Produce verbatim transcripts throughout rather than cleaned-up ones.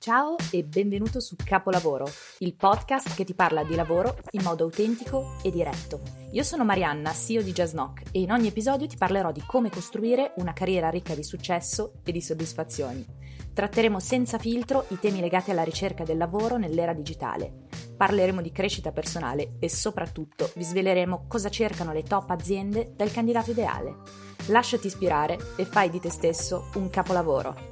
Ciao e benvenuto su Capolavoro, il podcast che ti parla di lavoro in modo autentico e diretto. Io sono Marianna, C E O di Jazznock, e in ogni episodio ti parlerò di come costruire una carriera ricca di successo e di soddisfazioni. Tratteremo senza filtro i temi legati alla ricerca del lavoro nell'era digitale. Parleremo di crescita personale e soprattutto vi sveleremo cosa cercano le top aziende dal candidato ideale. Lasciati ispirare e fai di te stesso un capolavoro.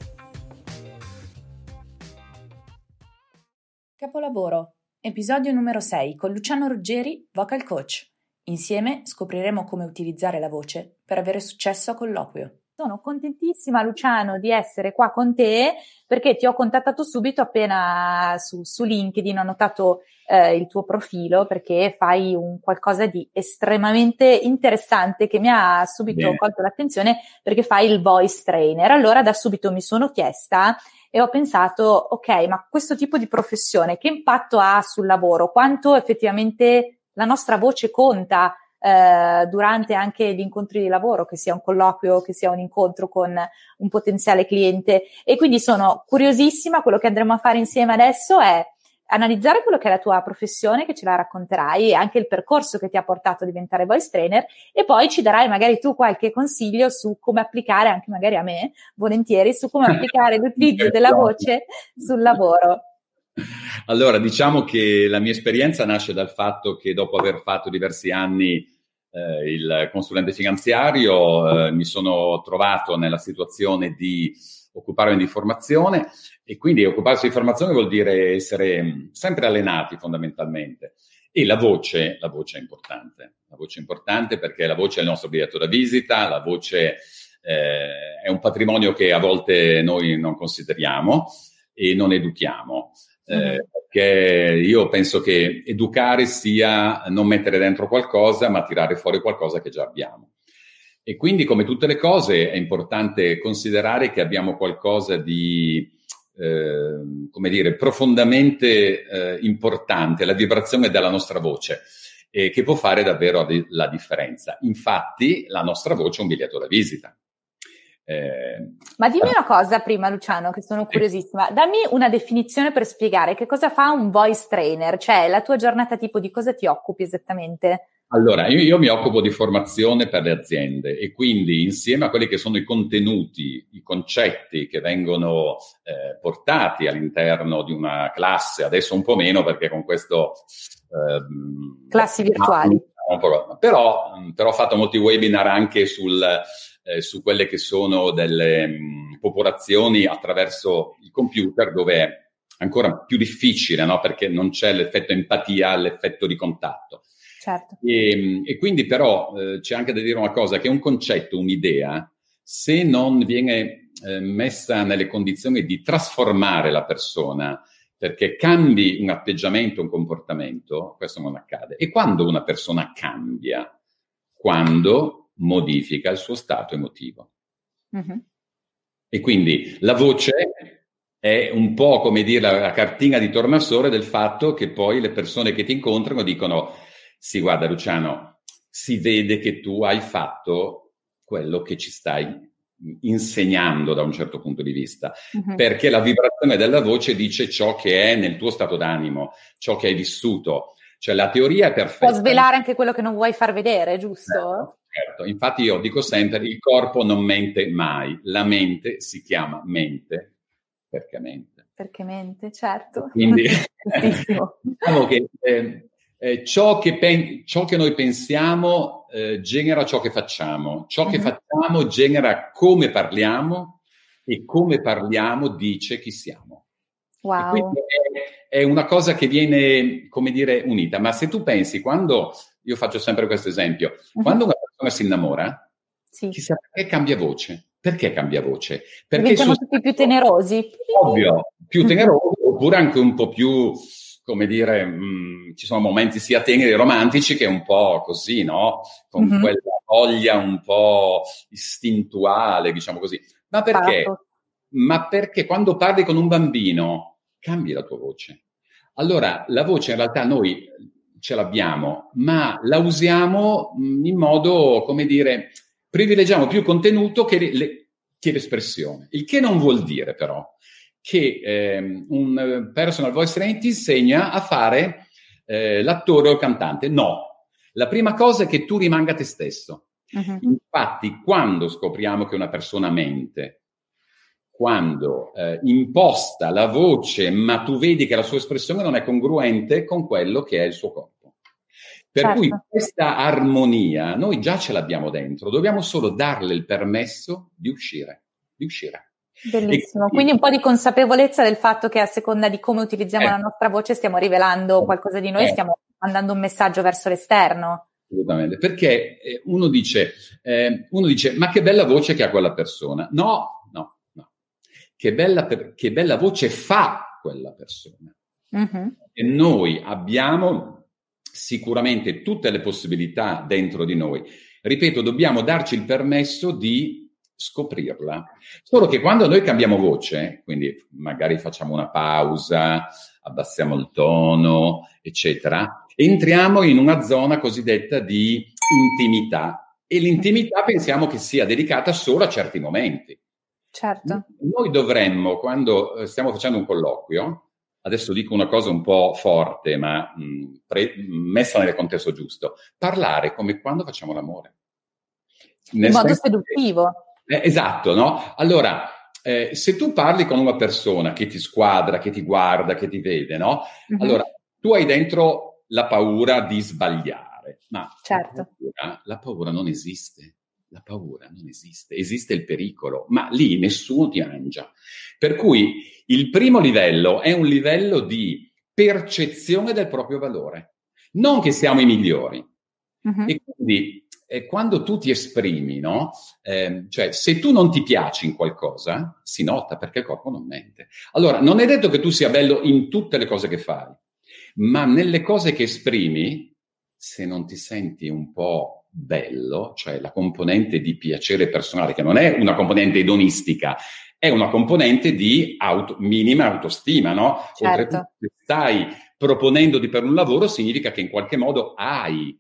Capolavoro, episodio numero sei con Luciano Ruggeri, vocal coach. Insieme scopriremo come utilizzare la voce per avere successo a colloquio. Sono contentissima, Luciano, di essere qua con te perché ti ho contattato subito appena su, su LinkedIn, ho notato eh, il tuo profilo perché fai un qualcosa di estremamente interessante che mi ha subito Bene. colto l'attenzione perché fai il voice trainer. Allora da subito mi sono chiesta e ho pensato, ok, ma questo tipo di professione che impatto ha sul lavoro? Quanto effettivamente la nostra voce conta eh, durante anche gli incontri di lavoro, che sia un colloquio, che sia un incontro con un potenziale cliente? E quindi sono curiosissima. Quello che andremo a fare insieme adesso è analizzare quello che è la tua professione, che ce la racconterai, e anche il percorso che ti ha portato a diventare voice trainer, e poi ci darai magari tu qualche consiglio su come applicare, anche magari a me, volentieri, su come applicare l'utilizzo della voce sul lavoro. Allora, diciamo che la mia esperienza nasce dal fatto che dopo aver fatto diversi anni eh, il consulente finanziario, eh, mi sono trovato nella situazione di occuparmi di formazione, e quindi occuparsi di formazione vuol dire essere sempre allenati fondamentalmente. E la voce, la voce è importante. La voce è importante perché la voce è il nostro biglietto da visita, la voce eh, è un patrimonio che a volte noi non consideriamo e non educhiamo. Eh, mm-hmm. Perché io penso che educare sia non mettere dentro qualcosa, ma tirare fuori qualcosa che già abbiamo. E quindi, come tutte le cose, è importante considerare che abbiamo qualcosa di, eh, come dire, profondamente eh, importante, la vibrazione della nostra voce, eh, che può fare davvero la differenza. Infatti, la nostra voce è un biglietto da visita. Eh, Ma dimmi una cosa prima, Luciano, che sono curiosissima. Dammi una definizione per spiegare che cosa fa un voice trainer, cioè la tua giornata tipo, di cosa ti occupi esattamente? Allora, io, io mi occupo di formazione per le aziende, e quindi insieme a quelli che sono i contenuti, i concetti che vengono eh, portati all'interno di una classe, adesso un po' meno perché con questo... Eh, classi virtuali. Però, però ho fatto molti webinar anche sul... Eh, su quelle che sono delle mh, popolazioni attraverso il computer, dove è ancora più difficile, no? Perché non c'è l'effetto empatia, l'effetto di contatto. Certo. E, e quindi però eh, c'è anche da dire una cosa, che un concetto, un'idea, se non viene eh, messa nelle condizioni di trasformare la persona, perché cambi un atteggiamento, un comportamento, questo non accade. E quando una persona cambia? Quando modifica il suo stato emotivo. Mm-hmm. E quindi la voce è un po', come dire, la, la cartina di tornasole del fatto che poi le persone che ti incontrano dicono: sì, guarda Luciano, si vede che tu hai fatto quello che ci stai insegnando da un certo punto di vista, mm-hmm. perché la vibrazione della voce dice ciò che è nel tuo stato d'animo, ciò che hai vissuto. Cioè la teoria è perfetta. Può svelare anche quello che non vuoi far vedere, giusto? Certo, certo. Infatti io dico sempre, il corpo non mente mai, la mente si chiama mente perché mente. Perché mente, certo. Quindi diciamo che eh, eh, ciò, che pen- ciò che noi pensiamo eh, genera ciò che facciamo, ciò uh-huh. che facciamo genera come parliamo, e come parliamo dice chi siamo. Wow. E quindi è, è una cosa che viene, come dire, unita. Ma se tu pensi, quando, io faccio sempre questo esempio, uh-huh. quando una persona si innamora, sì. chissà perché cambia voce. Perché cambia voce? Perché diventiamo tutti stato, più tenerosi. Ovvio, più tenerosi, oppure anche un po' più, come dire, mh, ci sono momenti sia teneri e romantici che un po' così, no? Con uh-huh. quella voglia un po' istintuale, diciamo così. Ma perché? Parto. Ma perché quando parli con un bambino cambi la tua voce. Allora, la voce in realtà noi ce l'abbiamo, ma la usiamo in modo, come dire, privilegiamo più contenuto che, le, che l'espressione. Il che non vuol dire però che eh, un personal voice trainer ti insegna a fare eh, l'attore o il cantante. No, la prima cosa è che tu rimanga te stesso. Uh-huh. Infatti, quando scopriamo che una persona mente, quando eh, imposta la voce, ma tu vedi che la sua espressione non è congruente con quello che è il suo corpo. Per certo. cui questa armonia noi già ce l'abbiamo dentro, dobbiamo solo darle il permesso di uscire, di uscire. Bellissimo, quindi, quindi un po' di consapevolezza del fatto che a seconda di come utilizziamo eh, la nostra voce stiamo rivelando qualcosa di noi, eh, stiamo mandando un messaggio verso l'esterno. Assolutamente, perché uno dice, eh, uno dice, ma che bella voce che ha quella persona. No, no, no. Che bella, per, che bella voce fa quella persona. Uh-huh. E noi abbiamo sicuramente tutte le possibilità dentro di noi. Ripeto, dobbiamo darci il permesso di scoprirla. Solo che quando noi cambiamo voce, quindi magari facciamo una pausa, abbassiamo il tono, eccetera, entriamo in una zona cosiddetta di intimità. E l'intimità pensiamo che sia dedicata solo a certi momenti. Certo. Noi dovremmo, quando stiamo facendo un colloquio, adesso dico una cosa un po' forte, ma mh, pre- messa nel contesto giusto, parlare come quando facciamo l'amore. Nel in modo seduttivo. Che, eh, esatto, no? Allora, eh, se tu parli con una persona che ti squadra, che ti guarda, che ti vede, no? Uh-huh. Allora, tu hai dentro la paura di sbagliare, ma certo. la, paura, la paura non esiste. La paura non esiste, esiste il pericolo, ma lì nessuno ti mangia. Per cui il primo livello è un livello di percezione del proprio valore, non che siamo i migliori. Uh-huh. E quindi eh, quando tu ti esprimi, no? Eh, cioè se tu non ti piaci in qualcosa, si nota perché il corpo non mente. Allora, non è detto che tu sia bello in tutte le cose che fai, ma nelle cose che esprimi, se non ti senti un po' bello, cioè la componente di piacere personale, che non è una componente edonistica, è una componente di auto, minima autostima, no? Certo. Oltretutto, se stai proponendoti per un lavoro, significa che in qualche modo hai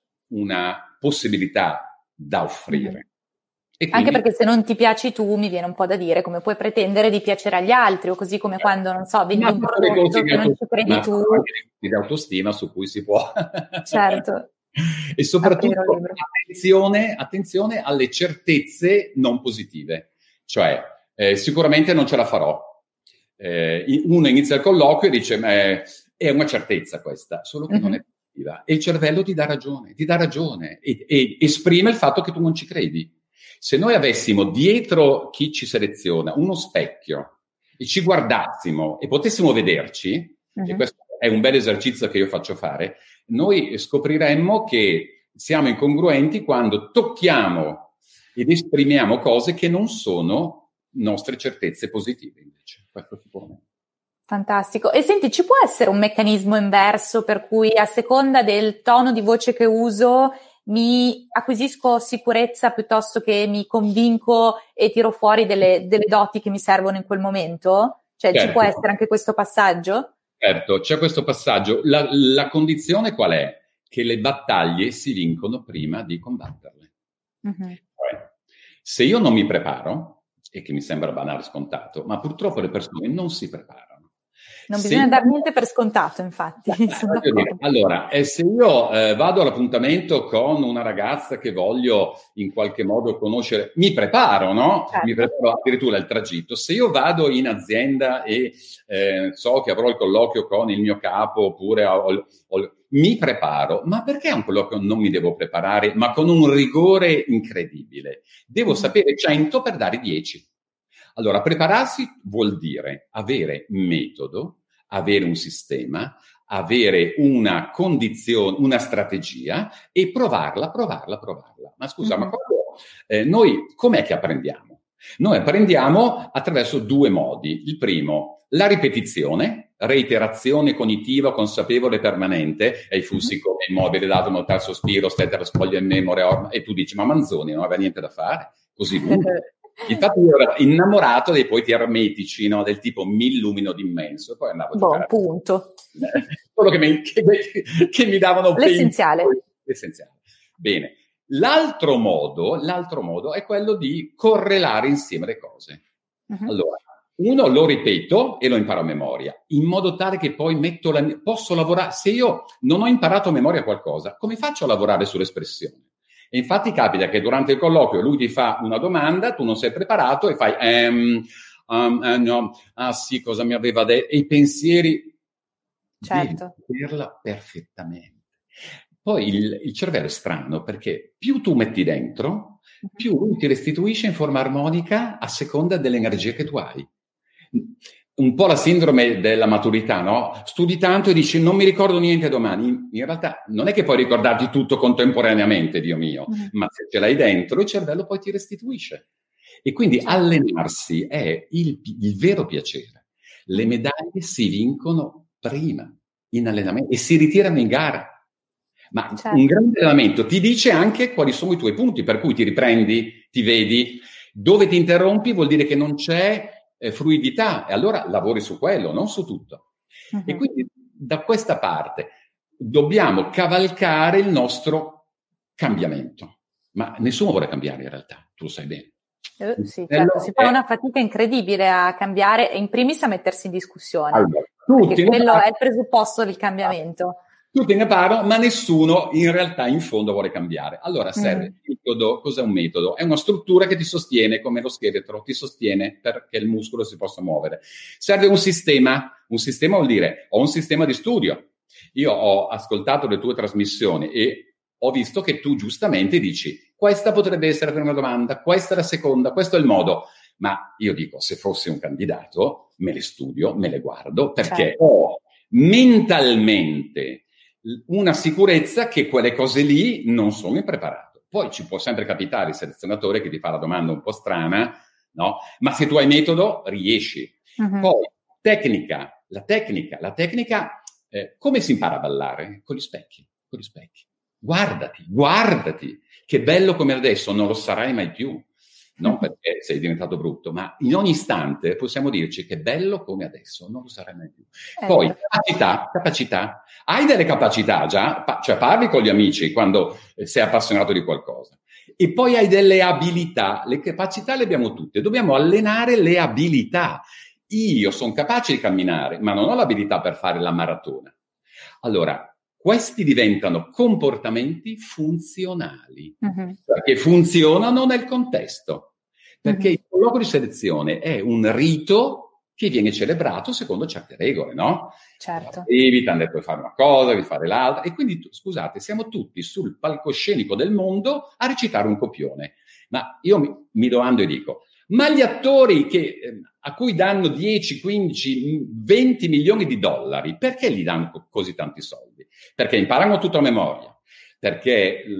una possibilità da offrire. Mm-hmm. E quindi, anche perché se non ti piaci tu, mi viene un po' da dire, come puoi pretendere di piacere agli altri, o così come quando, non so, vendi un prodotto che non ci credi tu. Di autostima su cui si può. Certo. E soprattutto attenzione, attenzione alle certezze non positive, cioè eh, sicuramente non ce la farò. Eh, uno inizia il colloquio e dice ma è, è una certezza questa, solo che mm-hmm. non è positiva. E il cervello ti dà ragione, ti dà ragione e, e esprime il fatto che tu non ci credi. Se noi avessimo dietro chi ci seleziona uno specchio e ci guardassimo e potessimo vederci, mm-hmm. e questo è un bel esercizio che io faccio fare, noi scopriremmo che siamo incongruenti quando tocchiamo ed esprimiamo cose che non sono nostre certezze positive, invece. Questo sicuramente. Fantastico. E senti, ci può essere un meccanismo inverso per cui a seconda del tono di voce che uso mi acquisisco sicurezza piuttosto che mi convinco e tiro fuori delle, delle doti che mi servono in quel momento? Cioè certo. Ci può essere anche questo passaggio? Certo, c'è questo passaggio. La, la condizione qual è? Che le battaglie si vincono prima di combatterle. Uh-huh. Cioè, se io non mi preparo, e che mi sembra banale scontato, ma purtroppo le persone non si preparano. Non se bisogna io... dar niente per scontato, infatti. Dire, allora, eh, se io eh, vado all'appuntamento con una ragazza che voglio in qualche modo conoscere, mi preparo, no? Certo. Mi preparo addirittura il tragitto. Se io vado in azienda e eh, so che avrò il colloquio con il mio capo, oppure ho, ho, mi preparo, ma perché a un colloquio non mi devo preparare, ma con un rigore incredibile? Devo mm. sapere cento per dare dieci. Allora, prepararsi vuol dire avere metodo, avere un sistema, avere una condizione, una strategia e provarla, provarla, provarla. Ma scusa, mm-hmm. ma quando, eh, noi com'è che apprendiamo? Noi apprendiamo attraverso due modi. Il primo, la ripetizione, reiterazione cognitiva, consapevole, permanente, e i flussi come immobile, dato, notare, sospiro, stetta, spoglia in memoria, orma, e tu dici, ma Manzoni non aveva niente da fare, così lungo. Infatti io ero innamorato dei poeti ermetici, no? Del tipo mi illumino d'immenso, e poi andavo a giocare. Buon punto. Quello che mi, che, che mi davano l'essenziale. Pei, l'essenziale. Bene. L'altro modo, l'altro modo è quello di correlare insieme le cose. Uh-huh. Allora, Uno, lo ripeto e lo imparo a memoria, in modo tale che poi metto la, posso lavorare. Se io non ho imparato a memoria qualcosa, come faccio a lavorare sull'espressione? E infatti capita che durante il colloquio lui ti fa una domanda, tu non sei preparato e fai ehm, um, eh, no, ah sì, cosa mi aveva detto? E i pensieri, certo, devi saperla perfettamente. Poi il, il cervello è strano, perché più tu metti dentro, più lui ti restituisce in forma armonica a seconda delle energie che tu hai. Un po' la sindrome della maturità, no? Studi tanto e dici non mi ricordo niente domani. In realtà non è che puoi ricordarti tutto contemporaneamente, Dio mio, mm. ma se ce l'hai dentro il cervello poi ti restituisce. E quindi certo. allenarsi è il, il vero piacere. Le medaglie si vincono prima in allenamento e si ritirano in gara. Ma certo. un grande allenamento ti dice anche quali sono i tuoi punti, per cui ti riprendi, ti vedi. Dove ti interrompi vuol dire che non c'è eh, fluidità, e allora lavori su quello, non su tutto. Uh-huh. E quindi da questa parte dobbiamo cavalcare il nostro cambiamento. Ma nessuno vuole cambiare in realtà, tu lo sai bene. Eh, sì, certo, si fa è... una fatica incredibile a cambiare e in primis a mettersi in discussione. Allora, perché quello ne... è il presupposto del cambiamento. Tutti ne parlano, ma nessuno in realtà in fondo vuole cambiare. Allora serve mm. il metodo. Cos'è un metodo? È una struttura che ti sostiene, come lo scheletro, ti sostiene perché il muscolo si possa muovere. Serve un sistema. Un sistema vuol dire, ho un sistema di studio. Io ho ascoltato le tue trasmissioni e ho visto che tu giustamente dici, questa potrebbe essere la prima domanda, questa è la seconda, questo è il modo. Ma io dico, se fossi un candidato, me le studio, me le guardo, perché certo. ho mentalmente una sicurezza che quelle cose lì non sono impreparato. Poi ci può sempre capitare il selezionatore che ti fa la domanda un po' strana, no? Ma se tu hai metodo, riesci. Uh-huh. Poi, tecnica. La tecnica, la tecnica, eh, come si impara a ballare? Con gli specchi, con gli specchi. Guardati, guardati. Che bello come adesso, non lo sarai mai più. Non perché sei diventato brutto, ma in ogni istante possiamo dirci che bello come adesso, non lo sarai mai più. Eh, Poi, capacità, capacità. Hai delle capacità già, pa- cioè parli con gli amici quando sei appassionato di qualcosa. E poi hai delle abilità. Le capacità le abbiamo tutte, dobbiamo allenare le abilità. Io sono capace di camminare, ma non ho l'abilità per fare la maratona. Allora, questi diventano comportamenti funzionali, uh-huh. perché funzionano nel contesto. Perché uh-huh. il colloquio di selezione è un rito che viene celebrato secondo certe regole, no? Certo. Devi, ti hanno detto di fare una cosa, di fare l'altra. E quindi, scusate, siamo tutti sul palcoscenico del mondo a recitare un copione. Ma io mi, mi domando e dico, ma gli attori che, eh, a cui danno dieci, quindici, venti milioni di dollari, perché gli danno co- così tanti soldi? Perché imparano tutto a memoria, perché eh,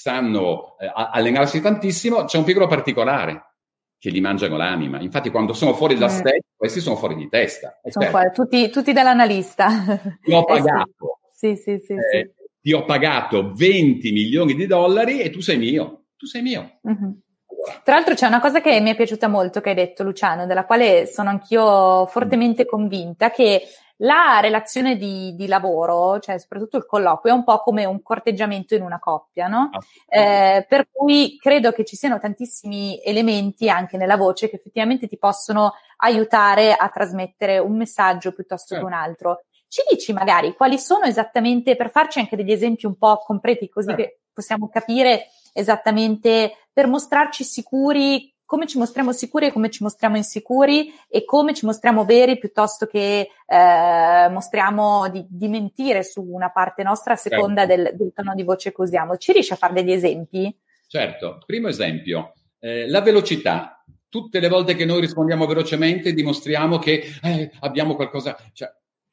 sanno eh, allenarsi tantissimo. C'è un piccolo particolare, che gli mangiano l'anima. Infatti quando sono fuori da mm. stage, questi sono fuori di testa. Sono fuori, tutti, tutti dall'analista. Ti ho pagato. Eh sì, sì, sì, eh, sì. Ti ho pagato venti milioni di dollari e tu sei mio. Tu sei mio. Mm-hmm. Tra l'altro c'è una cosa che mi è piaciuta molto che hai detto, Luciano, della quale sono anch'io fortemente convinta, che la relazione di, di lavoro, cioè soprattutto il colloquio, è un po' come un corteggiamento in una coppia, no? Eh, per cui credo che ci siano tantissimi elementi anche nella voce che effettivamente ti possono aiutare a trasmettere un messaggio piuttosto che un altro. Ci dici magari quali sono esattamente, per farci anche degli esempi un po' concreti, così che possiamo capire esattamente, per mostrarci sicuri, come ci mostriamo sicuri e come ci mostriamo insicuri e come ci mostriamo veri piuttosto che eh, mostriamo di, di mentire su una parte nostra a seconda certo. del, del tono di voce che usiamo. Ci riesci a fare degli esempi? Certo. Primo esempio, eh, la velocità. Tutte le volte che noi rispondiamo velocemente dimostriamo che eh, abbiamo qualcosa... Cioè,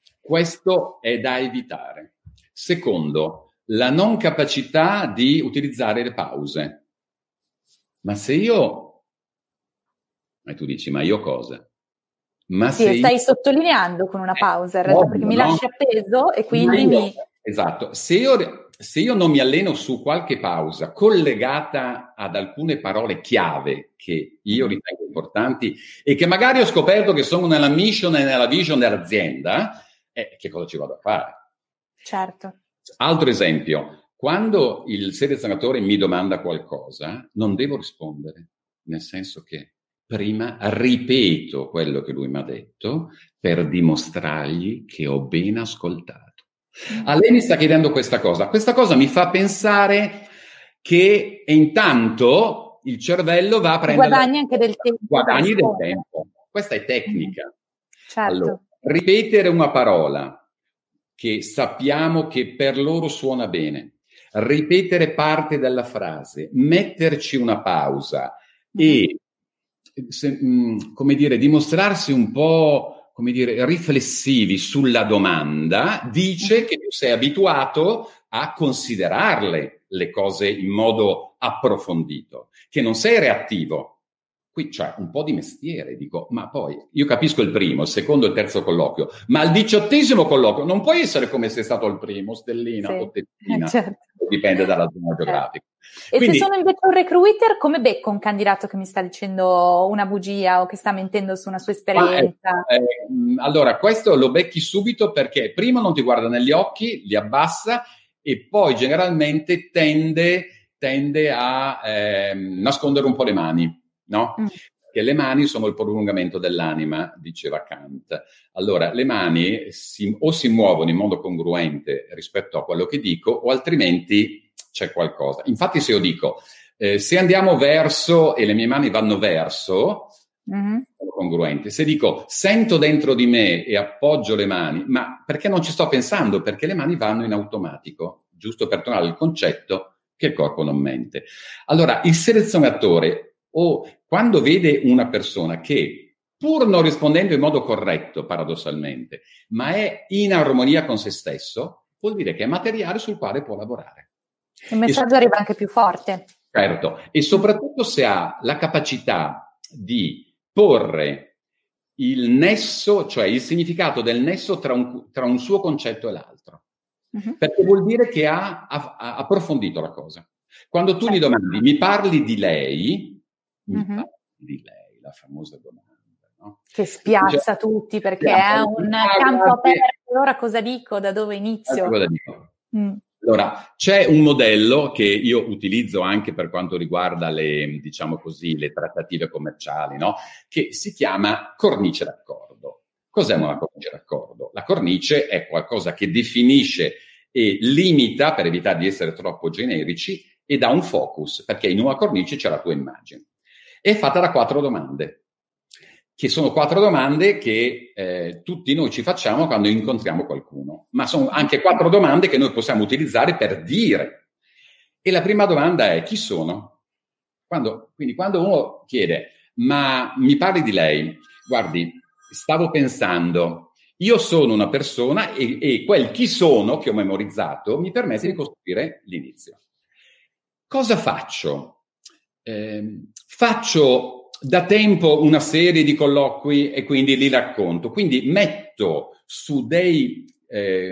questo è da evitare. Secondo, la non capacità di utilizzare le pause. Ma se io... Ma tu dici, ma io cosa? Ma sì, se stai io... sottolineando con una pausa in realtà, ovvio, perché mi no? lasci appeso e quindi io, mi... Esatto. Se io, se io non mi alleno su qualche pausa collegata ad alcune parole chiave che io ritengo importanti e che magari ho scoperto che sono nella mission e nella vision dell'azienda, eh, che cosa ci vado a fare? Certo. Altro esempio, quando il selezionatore mi domanda qualcosa, non devo rispondere, nel senso che prima ripeto quello che lui mi ha detto per dimostrargli che ho ben ascoltato. A lei mi sta chiedendo questa cosa. Questa cosa mi fa pensare che intanto il cervello va a prendere... Guadagni anche del tempo. Guadagni del tempo. Questa è tecnica. Certo. Allora, ripetere una parola che sappiamo che per loro suona bene, ripetere parte della frase, metterci una pausa e, se, mh, come dire, dimostrarsi un po', come dire, riflessivi sulla domanda, dice che tu sei abituato a considerarle le cose in modo approfondito, che non sei reattivo. Qui c'è un po' di mestiere, dico, ma poi io capisco il primo, il secondo e il terzo colloquio, ma al diciottesimo colloquio non puoi essere come sei stato al primo, stellina sì, o tettina, certo. Dipende dalla zona geografica. E Quindi, se sono invece un recruiter, come becco un candidato che mi sta dicendo una bugia o che sta mentendo su una sua esperienza? Eh, eh, allora, questo lo becchi subito perché prima non ti guarda negli occhi, li abbassa e poi generalmente tende, tende a eh, nascondere un po' le mani. No? Mm. Che le mani sono il prolungamento dell'anima, diceva Kant. Allora, le mani si, o si muovono in modo congruente rispetto a quello che dico, o altrimenti c'è qualcosa. Infatti, se io dico, eh, se andiamo verso e le mie mani vanno verso, mm-hmm. sono congruenti. Se dico, sento dentro di me e appoggio le mani, ma perché non ci sto pensando? Perché le mani vanno in automatico, giusto per tornare al concetto che il corpo non mente. Allora, il selezionatore o quando vede una persona che, pur non rispondendo in modo corretto, paradossalmente, ma è in armonia con se stesso, vuol dire che è materiale sul quale può lavorare. Il messaggio e, arriva anche più forte. Certo, e soprattutto se ha la capacità di porre il nesso, cioè il significato del nesso tra un, tra un suo concetto e l'altro. Uh-huh. Perché vuol dire che ha, ha, ha approfondito la cosa. Quando tu certo. gli domandi, mi parli di lei... Mm-hmm. di lei, la famosa domanda, no? Che spiazza cioè, tutti perché è un campo aperto. Allora cosa dico? Da dove inizio? Cosa dico? Mm. Allora, c'è un modello che io utilizzo anche per quanto riguarda le, diciamo così, le trattative commerciali, no? Che si chiama cornice d'accordo. Cos'è una cornice d'accordo? La cornice è qualcosa che definisce e limita, per evitare di essere troppo generici, e dà un focus, perché in una cornice c'è la tua immagine. È fatta da quattro domande, che sono quattro domande che eh, tutti noi ci facciamo quando incontriamo qualcuno, ma sono anche quattro domande che noi possiamo utilizzare per dire. E la prima domanda è: chi sono? Quando, quindi quando uno chiede, ma mi parli di lei? Guardi, stavo pensando, io sono una persona e, e quel chi sono che ho memorizzato mi permette di costruire l'inizio. Cosa faccio? Eh, faccio da tempo una serie di colloqui e quindi li racconto. Quindi metto su dei eh,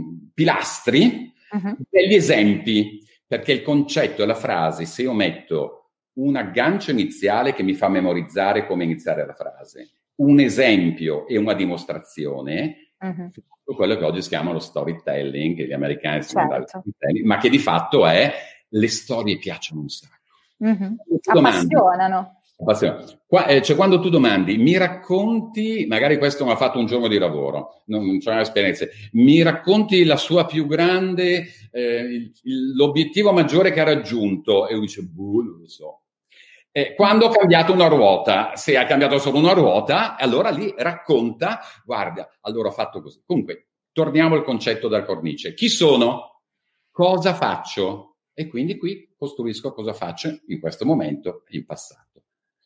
pilastri uh-huh. degli esempi, perché il concetto e la frase, se io metto un aggancio iniziale che mi fa memorizzare come iniziare la frase, un esempio e una dimostrazione, uh-huh. quello che oggi si chiama lo storytelling, che gli americani si chiamano storytelling, ma che di fatto è le storie piacciono un sacco. Mm-hmm. Appassionano. Appassionano. Qua, eh, cioè quando tu domandi, mi racconti, magari questo mi ha fatto un giorno di lavoro, non, non c'è esperienze, mi racconti la sua più grande, eh, il, l'obiettivo maggiore che ha raggiunto, e lui dice, boh, non lo so. Eh, quando ho cambiato una ruota, se ha cambiato solo una ruota, allora lì racconta, guarda, allora ho fatto così. Comunque, torniamo al concetto della cornice. Chi sono? Cosa faccio? E quindi qui costruisco cosa faccio in questo momento e in passato.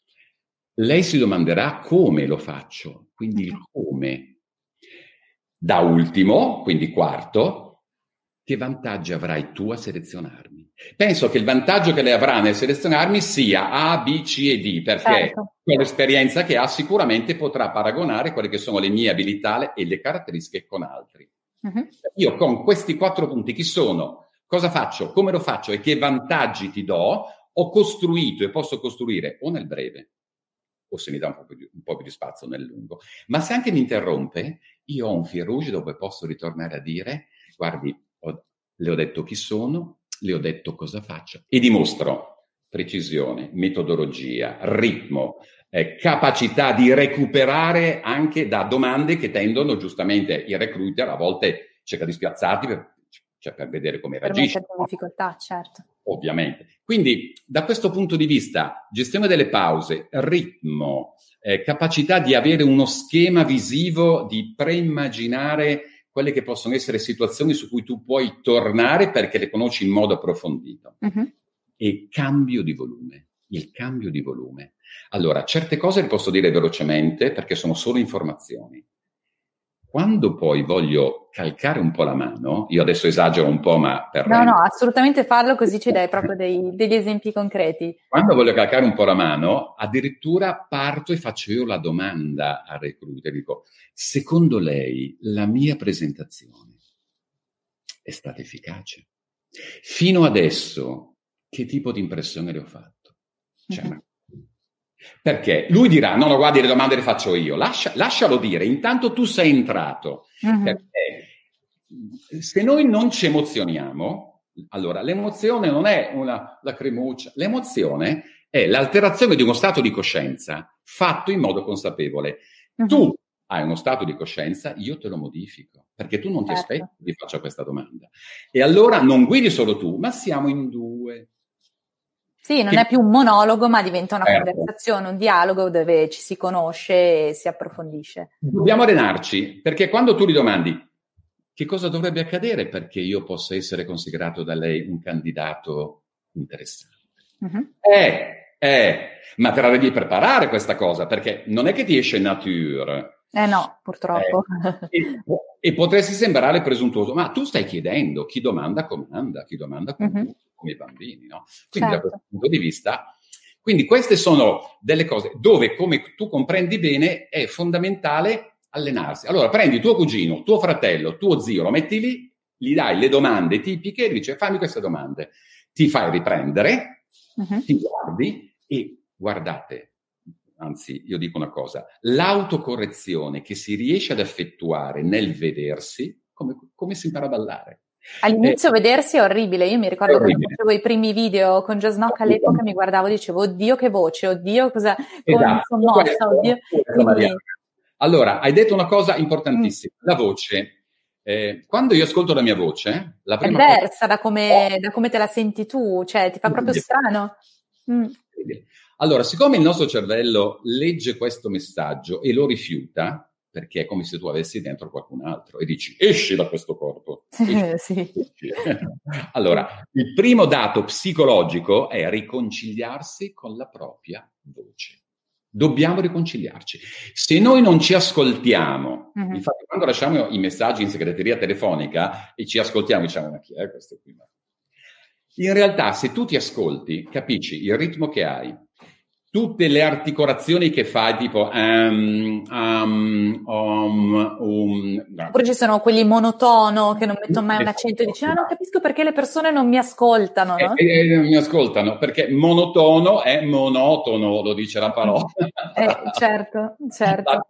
Lei si domanderà come lo faccio, quindi il come. Da ultimo, quindi quarto, che vantaggi avrai tu a selezionarmi? Penso che il vantaggio che lei avrà nel selezionarmi sia A, B, C e D, perché certo. con l'esperienza che ha sicuramente potrà paragonare quelle che sono le mie abilità e le caratteristiche con altri. Uh-huh. Io con questi quattro punti, chi sono? Cosa faccio? Come lo faccio? E che vantaggi ti do? Ho costruito e posso costruire o nel breve, o se mi dà un po' più di, un po' più di spazio nel lungo. Ma se anche mi interrompe, io ho un fil rouge dove posso ritornare a dire, guardi, ho, le ho detto chi sono, le ho detto cosa faccio, e dimostro precisione, metodologia, ritmo, eh, capacità di recuperare anche da domande che tendono giustamente il recruiter a volte cerca di spiazzarti per, cioè per vedere come reagisci. Per metterti in difficoltà, certo. Ovviamente. Quindi da questo punto di vista, gestione delle pause, ritmo, eh, capacità di avere uno schema visivo, di preimmaginare quelle che possono essere situazioni su cui tu puoi tornare perché le conosci in modo approfondito. Uh-huh. E cambio di volume, il cambio di volume. Allora, certe cose le posso dire velocemente perché sono solo informazioni. Quando poi voglio calcare un po' la mano, io adesso esagero un po', ma per... No, rendere... no, assolutamente farlo, così ci dai proprio dei, degli esempi concreti. Quando voglio calcare un po' la mano, addirittura parto e faccio io la domanda al recruiter. Dico, secondo lei la mia presentazione è stata efficace? Fino adesso, che tipo di impressione le ho fatto? Cioè, uh-huh. Perché lui dirà, no, no, guardi, le domande le faccio io. Lascia, lascialo dire, intanto tu sei entrato. Uh-huh. Perché se noi non ci emozioniamo, allora l'emozione non è una lacrimuccia, l'emozione è l'alterazione di uno stato di coscienza fatto in modo consapevole. Uh-huh. Tu hai uno stato di coscienza, io te lo modifico, perché tu non ti certo. aspetti che ti faccia questa domanda. E allora non guidi solo tu, ma siamo in due. Sì, non che... è più un monologo, ma diventa una certo. conversazione, un dialogo dove ci si conosce e si approfondisce. Dobbiamo allenarci, perché quando tu gli domandi che cosa dovrebbe accadere perché io possa essere considerato da lei un candidato interessante? Uh-huh. Eh, eh, ma te la devi preparare questa cosa, perché non è che ti esce nature. Eh no, purtroppo. Eh, e, e potresti sembrare presuntuoso, ma tu stai chiedendo chi domanda comanda, chi domanda comanda. Uh-huh. Come i bambini, no? Quindi certo. da questo punto di vista, quindi queste sono delle cose dove, come tu comprendi bene, è fondamentale allenarsi. Allora prendi tuo cugino, tuo fratello, tuo zio, lo metti lì, gli dai le domande tipiche e dice fammi queste domande. Ti fai riprendere, uh-huh. ti guardi e guardate, anzi io dico una cosa, l'autocorrezione che si riesce ad effettuare nel vedersi, come, come si impara a ballare. All'inizio eh, vedersi è orribile, io mi ricordo quando facevo i primi video con Just Knock all'epoca mi guardavo e dicevo oddio che voce, oddio cosa, come esatto. sono mossa, oddio. Quindi... Allora, hai detto una cosa importantissima, mm. la voce. Eh, quando io ascolto la mia voce, la prima è diversa cosa... da, come, oh. da come te la senti tu, cioè ti fa proprio strano. Mm. Allora, siccome il nostro cervello legge questo messaggio e lo rifiuta, perché è come se tu avessi dentro qualcun altro e dici esci da questo corpo. Esci, sì. esci. Allora, il primo dato psicologico è riconciliarsi con la propria voce. Dobbiamo riconciliarci. Se noi non ci ascoltiamo, uh-huh. infatti quando lasciamo i messaggi in segreteria telefonica e ci ascoltiamo, diciamo ma chi è questo qui? In realtà se tu ti ascolti, capisci il ritmo che hai, tutte le articolazioni che fai, tipo um, um, um, um, no. Oppure ci sono quelli monotono che non mettono mai un accento e dici ah non capisco perché le persone non mi ascoltano, no? E, e, non mi ascoltano perché monotono è monotono, lo dice la parola. Eh, certo, certo.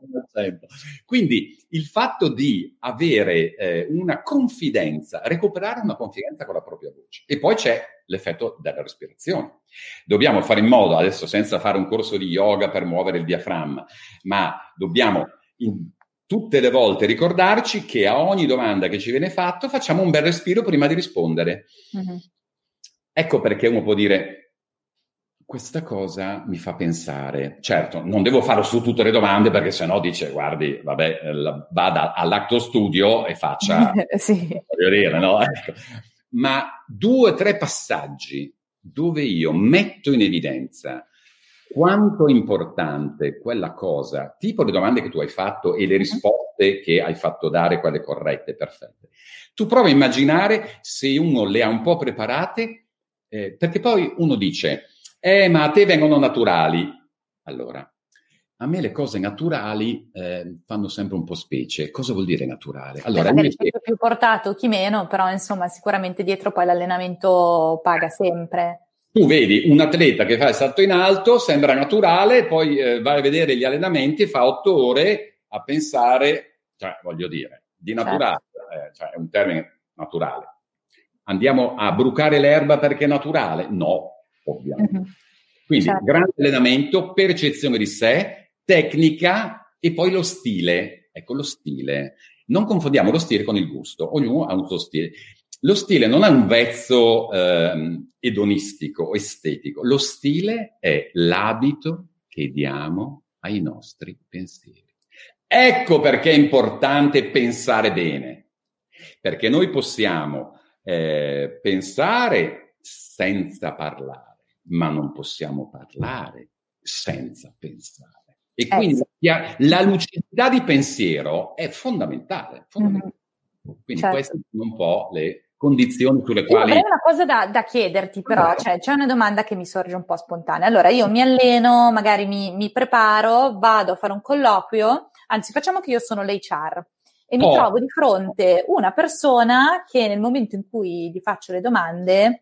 Quindi il fatto di avere eh, una confidenza, recuperare una confidenza con la propria voce. E poi c'è l'effetto della respirazione. Dobbiamo fare in modo, adesso senza fare un corso di yoga per muovere il diaframma, ma dobbiamo in tutte le volte ricordarci che a ogni domanda che ci viene fatto facciamo un bel respiro prima di rispondere. Mm-hmm. Ecco perché uno può dire questa cosa mi fa pensare. Certo, non devo farlo su tutte le domande perché sennò dice guardi, vabbè, vada all'acto studio e faccia sì. voglio dire, no? Ecco. Ma due o tre passaggi dove io metto in evidenza quanto è importante quella cosa, tipo le domande che tu hai fatto e le risposte che hai fatto dare, quelle corrette, perfette. Tu prova a immaginare se uno le ha un po' preparate, eh, perché poi uno dice, eh, ma a te vengono naturali. Allora, a me le cose naturali eh, fanno sempre un po' specie. Cosa vuol dire naturale? Allora, magari chi è più portato, chi meno, però insomma sicuramente dietro poi l'allenamento paga sempre. Tu vedi un atleta che fa il salto in alto, sembra naturale, poi eh, vai a vedere gli allenamenti e fa otto ore a pensare, cioè voglio dire, di naturale, certo. eh, cioè è un termine naturale. Andiamo a brucare l'erba perché è naturale? No, ovviamente. Mm-hmm. Quindi certo. grande allenamento, percezione di sé, tecnica e poi lo stile. Ecco, lo stile. Non confondiamo lo stile con il gusto, ognuno ha un suo stile. Lo stile non è un vezzo eh, edonistico o estetico, lo stile è l'abito che diamo ai nostri pensieri. Ecco perché è importante pensare bene, perché noi possiamo eh, pensare senza parlare, ma non possiamo parlare senza pensare. E quindi eh sì. la lucidità di pensiero è fondamentale. fondamentale. Mm-hmm. Quindi certo. Queste sono un po' le condizioni sulle quali... Io avrei una cosa da, da chiederti però, cioè c'è una domanda che mi sorge un po' spontanea. Allora io mi alleno, magari mi, mi preparo, vado a fare un colloquio, anzi facciamo che io sono l'H R e mi oh. trovo di fronte una persona che nel momento in cui gli faccio le domande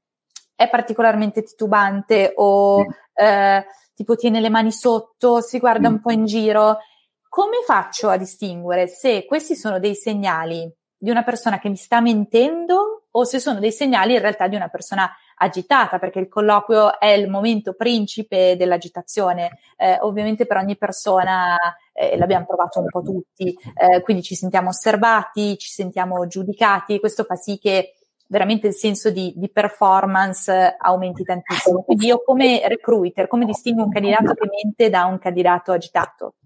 è particolarmente titubante o mm. eh, tipo tiene le mani sotto, si guarda mm. un po' in giro. Come faccio a distinguere se questi sono dei segnali di una persona che mi sta mentendo o se sono dei segnali in realtà di una persona agitata, perché il colloquio è il momento principe dell'agitazione, eh, ovviamente per ogni persona eh, l'abbiamo provato un po' tutti, eh, quindi ci sentiamo osservati, ci sentiamo giudicati e questo fa sì che veramente il senso di, di performance aumenti tantissimo. Quindi io come recruiter, come distingo un candidato che mente da un candidato agitato?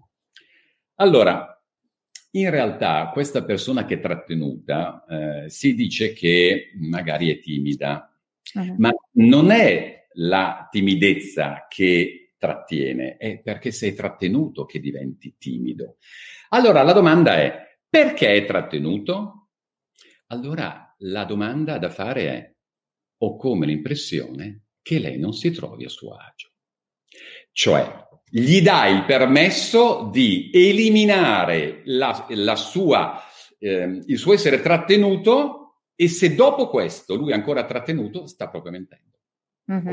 Allora, in realtà questa persona che è trattenuta eh, si dice che magari è timida, uh-huh. ma non è la timidezza che trattiene, è perché sei trattenuto che diventi timido. Allora la domanda è: perché è trattenuto? Allora la domanda da fare è: ho come l'impressione che lei non si trovi a suo agio. Cioè, gli dai il permesso di eliminare la, la sua, eh, il suo essere trattenuto e se dopo questo lui è ancora trattenuto, sta proprio mentendo. Mm-hmm.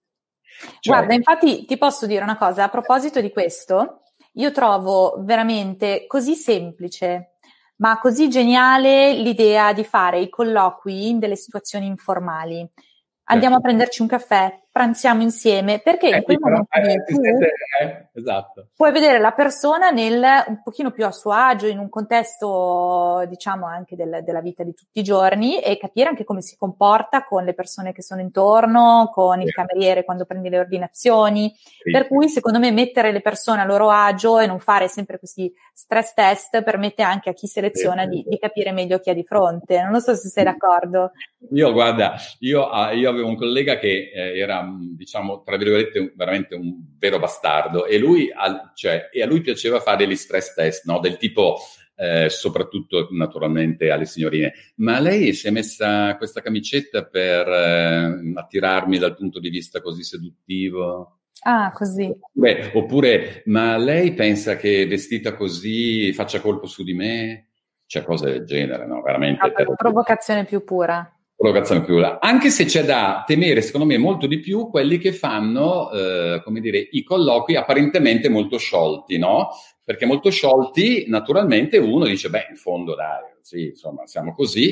Cioè, guarda, infatti ti posso dire una cosa, a proposito di questo, io trovo veramente così semplice, ma così geniale l'idea di fare i colloqui in delle situazioni informali. Andiamo a prenderci un caffè, pranziamo insieme, perché eh, in quel momento eh, tu eh, esatto. puoi vedere la persona nel un pochino più a suo agio, in un contesto, diciamo, anche del, della vita di tutti i giorni e capire anche come si comporta con le persone che sono intorno, con il cameriere quando prendi le ordinazioni. Sì. Per cui, secondo me, mettere le persone a loro agio e non fare sempre questi stress test permette anche a chi seleziona sì. di, di capire meglio chi ha di fronte. Non lo so se sei d'accordo. Io, guarda, io, io avevo un collega che eh, era, diciamo, tra virgolette, veramente un vero bastardo e lui, cioè, e a lui piaceva fare degli stress test, no? Del tipo, eh, soprattutto naturalmente alle signorine, ma lei si è messa questa camicetta per eh, attirarmi dal punto di vista così seduttivo? Ah, così. Beh, oppure, ma lei pensa che vestita così faccia colpo su di me? Cioè, cose del genere, no? Veramente. Ah, provocazione più pura. Provocazione più pura. Anche se c'è da temere, secondo me, molto di più quelli che fanno, eh, come dire, i colloqui apparentemente molto sciolti, no? Perché molto sciolti, naturalmente, uno dice, beh, in fondo, dai, sì, insomma, siamo così,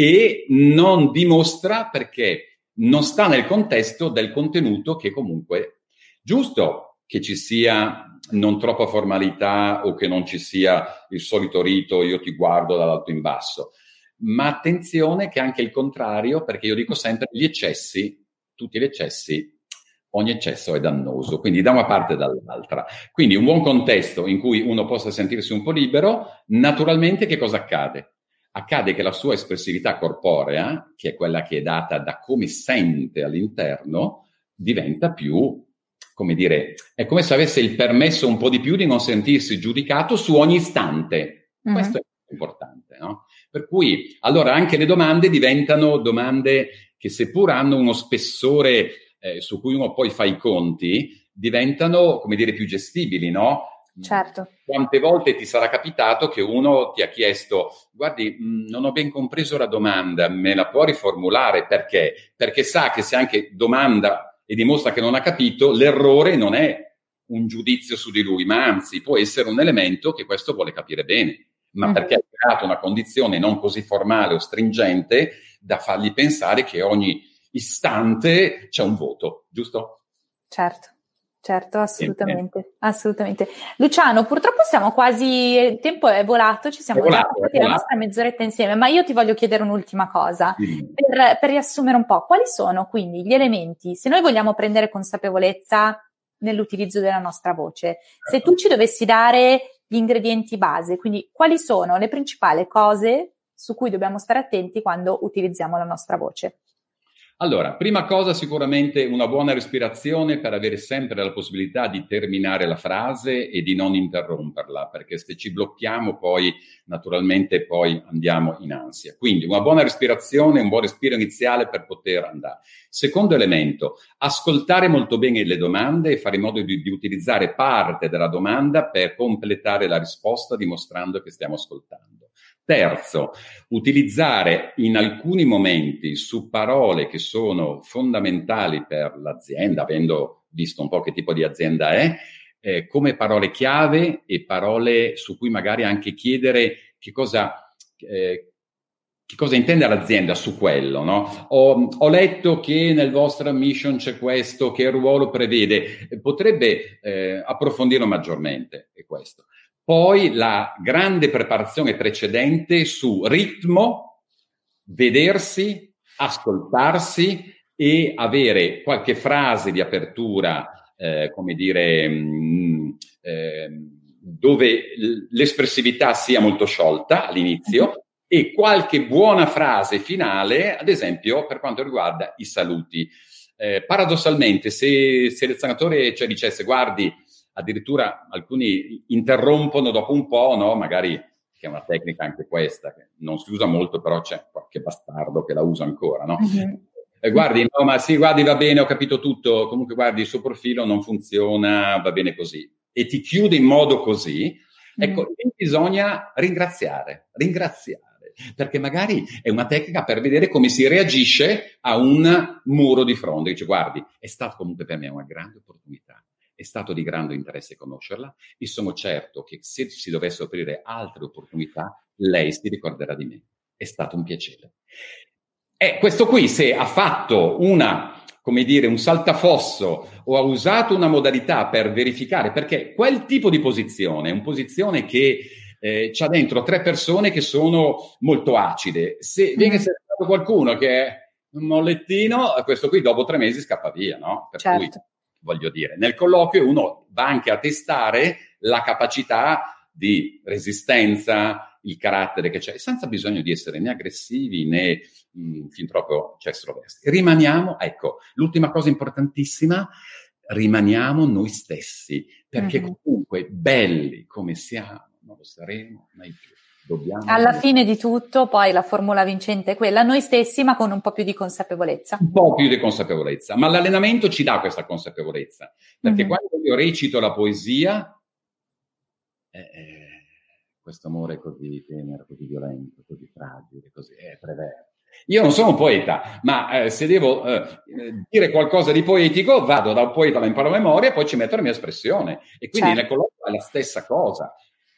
e non dimostra perché non sta nel contesto del contenuto che comunque giusto che ci sia non troppa formalità o che non ci sia il solito rito, io ti guardo dall'alto in basso. Ma attenzione che anche il contrario, perché io dico sempre gli eccessi, tutti gli eccessi, ogni eccesso è dannoso, quindi da una parte e dall'altra. Quindi un buon contesto in cui uno possa sentirsi un po' libero, naturalmente che cosa accade? Accade che la sua espressività corporea, che è quella che è data da come sente all'interno, diventa più, come dire, è come se avesse il permesso un po' di più di non sentirsi giudicato su ogni istante. Mm-hmm. Questo è importante, no? Per cui, allora, anche le domande diventano domande che, seppur hanno uno spessore eh, su cui uno poi fa i conti, diventano, come dire, più gestibili, no? Certo. Quante volte ti sarà capitato che uno ti ha chiesto, guardi, mh, non ho ben compreso la domanda, me la può riformulare? Perché? Perché sa che se anche domanda e dimostra che non ha capito, l'errore non è un giudizio su di lui, ma anzi può essere un elemento che questo vuole capire bene. Ma mm-hmm. perché ha creato una condizione non così formale o stringente da fargli pensare che ogni istante c'è un voto, giusto? Certo. Certo, assolutamente, assolutamente. Luciano, purtroppo siamo quasi, il tempo è volato, ci siamo è già volato, passati la nostra mezz'oretta insieme, ma io ti voglio chiedere un'ultima cosa, sì. per, per riassumere un po', quali sono quindi gli elementi, se noi vogliamo prendere consapevolezza nell'utilizzo della nostra voce, se tu ci dovessi dare gli ingredienti base, quindi quali sono le principali cose su cui dobbiamo stare attenti quando utilizziamo la nostra voce? Allora, prima cosa sicuramente una buona respirazione per avere sempre la possibilità di terminare la frase e di non interromperla, perché se ci blocchiamo poi naturalmente poi andiamo in ansia. Quindi una buona respirazione, un buon respiro iniziale per poter andare. Secondo elemento, ascoltare molto bene le domande e fare in modo di, di utilizzare parte della domanda per completare la risposta dimostrando che stiamo ascoltando. Terzo, utilizzare in alcuni momenti su parole che sono fondamentali per l'azienda, avendo visto un po' che tipo di azienda è, eh, come parole chiave e parole su cui magari anche chiedere che cosa, eh, che cosa intende l'azienda su quello, no? Ho, ho letto che nel vostro mission c'è questo, che ruolo prevede, potrebbe eh, approfondirlo maggiormente, è questo. Poi la grande preparazione precedente su ritmo, vedersi, ascoltarsi e avere qualche frase di apertura, eh, come dire, mh, eh, dove l'espressività sia molto sciolta all'inizio e qualche buona frase finale, ad esempio per quanto riguarda i saluti. Eh, paradossalmente, se il selezionatore ci dicesse, guardi, addirittura alcuni interrompono dopo un po', no? Magari, che è una tecnica anche questa, che non si usa molto, però c'è qualche bastardo che la usa ancora, no? Mm-hmm. Eh, guardi, no, ma sì, guardi, va bene, ho capito tutto, comunque guardi, il suo profilo non funziona, va bene così. E ti chiude in modo così, ecco, mm-hmm. bisogna ringraziare, ringraziare, perché magari è una tecnica per vedere come si reagisce a un muro di fronte. Dice, guardi, è stata comunque per me una grande opportunità. È stato di grande interesse conoscerla e sono certo che se si dovesse aprire altre opportunità, lei si ricorderà di me. È stato un piacere. E questo qui, se ha fatto una, come dire, un saltafosso o ha usato una modalità per verificare, perché quel tipo di posizione è una posizione che eh, c'ha dentro tre persone che sono molto acide. Se viene selezionato qualcuno che è un mollettino, questo qui dopo tre mesi scappa via, no? Per certo. cui, voglio dire, nel colloquio uno va anche a testare la capacità di resistenza, il carattere che c'è, senza bisogno di essere né aggressivi né mh, fin troppo cioè, estroversi. Rimaniamo, ecco, l'ultima cosa importantissima, rimaniamo noi stessi, perché mm-hmm. comunque belli come siamo, non lo saremo mai più. Dobbiamo alla vedere. Fine di tutto, poi la formula vincente è quella, noi stessi, ma con un po' più di consapevolezza. Un po' più di consapevolezza, ma l'allenamento ci dà questa consapevolezza, perché mm-hmm. quando io recito la poesia, eh, eh, questo amore così tenero, così violento, così fragile, così è prevero. Io non sono un poeta, ma eh, se devo eh, dire qualcosa di poetico, vado da un poeta, la imparo a memoria e poi ci metto la mia espressione. E quindi certo. nel colloquio è la stessa cosa.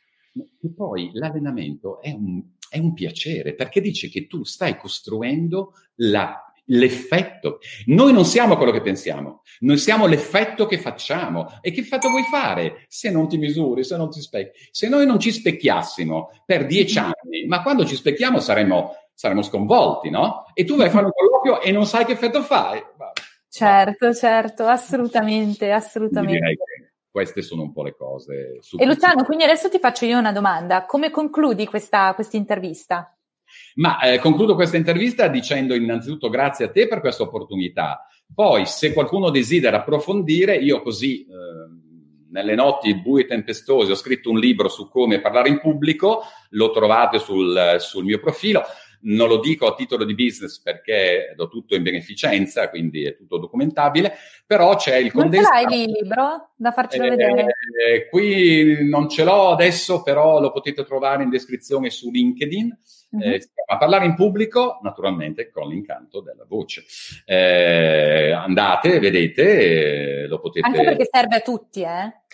E poi l'allenamento è un, è un piacere, perché dice che tu stai costruendo la, l'effetto. Noi non siamo quello che pensiamo, noi siamo l'effetto che facciamo. E che effetto vuoi fare se non ti misuri, se non ti specchi? Se noi non ci specchiassimo per dieci anni, ma quando ci specchiamo saremo, saremo sconvolti, no? E tu vai a fare un colloquio e non sai che effetto fai. Certo, certo, assolutamente, assolutamente. Direi che queste sono un po' le cose. E Luciano, quindi adesso ti faccio io una domanda. Come concludi questa intervista? Ma eh, concludo questa intervista dicendo innanzitutto grazie a te per questa opportunità. Poi, se qualcuno desidera approfondire, io così, eh, nelle notti buie e tempestose, ho scritto un libro su come parlare in pubblico, lo trovate sul, sul mio profilo. Non lo dico a titolo di business perché do tutto in beneficenza, quindi è tutto documentabile, però c'è il condensato. Non ce l'hai il libro da farcelo eh, vedere? Eh, qui non ce l'ho adesso, però lo potete trovare in descrizione su LinkedIn. Mm-hmm. Eh, a parlare in pubblico, naturalmente, con l'incanto della voce. Eh, andate, vedete, eh, lo potete... Anche perché serve a tutti, eh?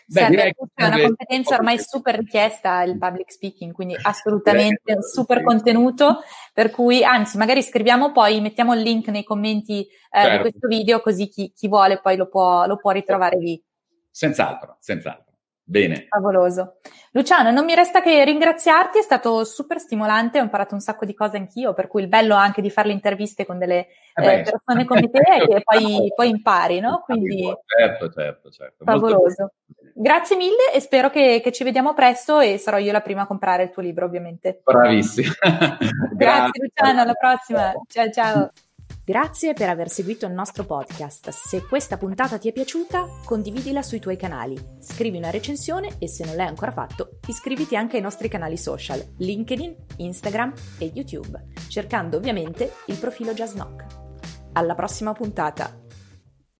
Beh, direi che è una competenza ormai super richiesta, il public speaking, quindi assolutamente un super contenuto, per cui anzi magari scriviamo poi, mettiamo il link nei commenti eh, certo. di questo video, così chi, chi vuole poi lo può, lo può ritrovare lì. Senz'altro, senz'altro. Bene. Favoloso. Luciano, non mi resta che ringraziarti, è stato super stimolante, ho imparato un sacco di cose anch'io, per cui il bello anche di fare le interviste con delle eh beh, persone come te è che poi, poi impari, no? Quindi certo, certo, certo. Favoloso. Grazie mille e spero che, che ci vediamo presto e sarò io la prima a comprare il tuo libro, ovviamente. Bravissima. Grazie Luciano, alla prossima. Ciao ciao. Grazie per aver seguito il nostro podcast. Se questa puntata ti è piaciuta, condividila sui tuoi canali, scrivi una recensione e se non l'hai ancora fatto, iscriviti anche ai nostri canali social, LinkedIn, Instagram e YouTube, cercando ovviamente il profilo Just Knock. Alla prossima puntata!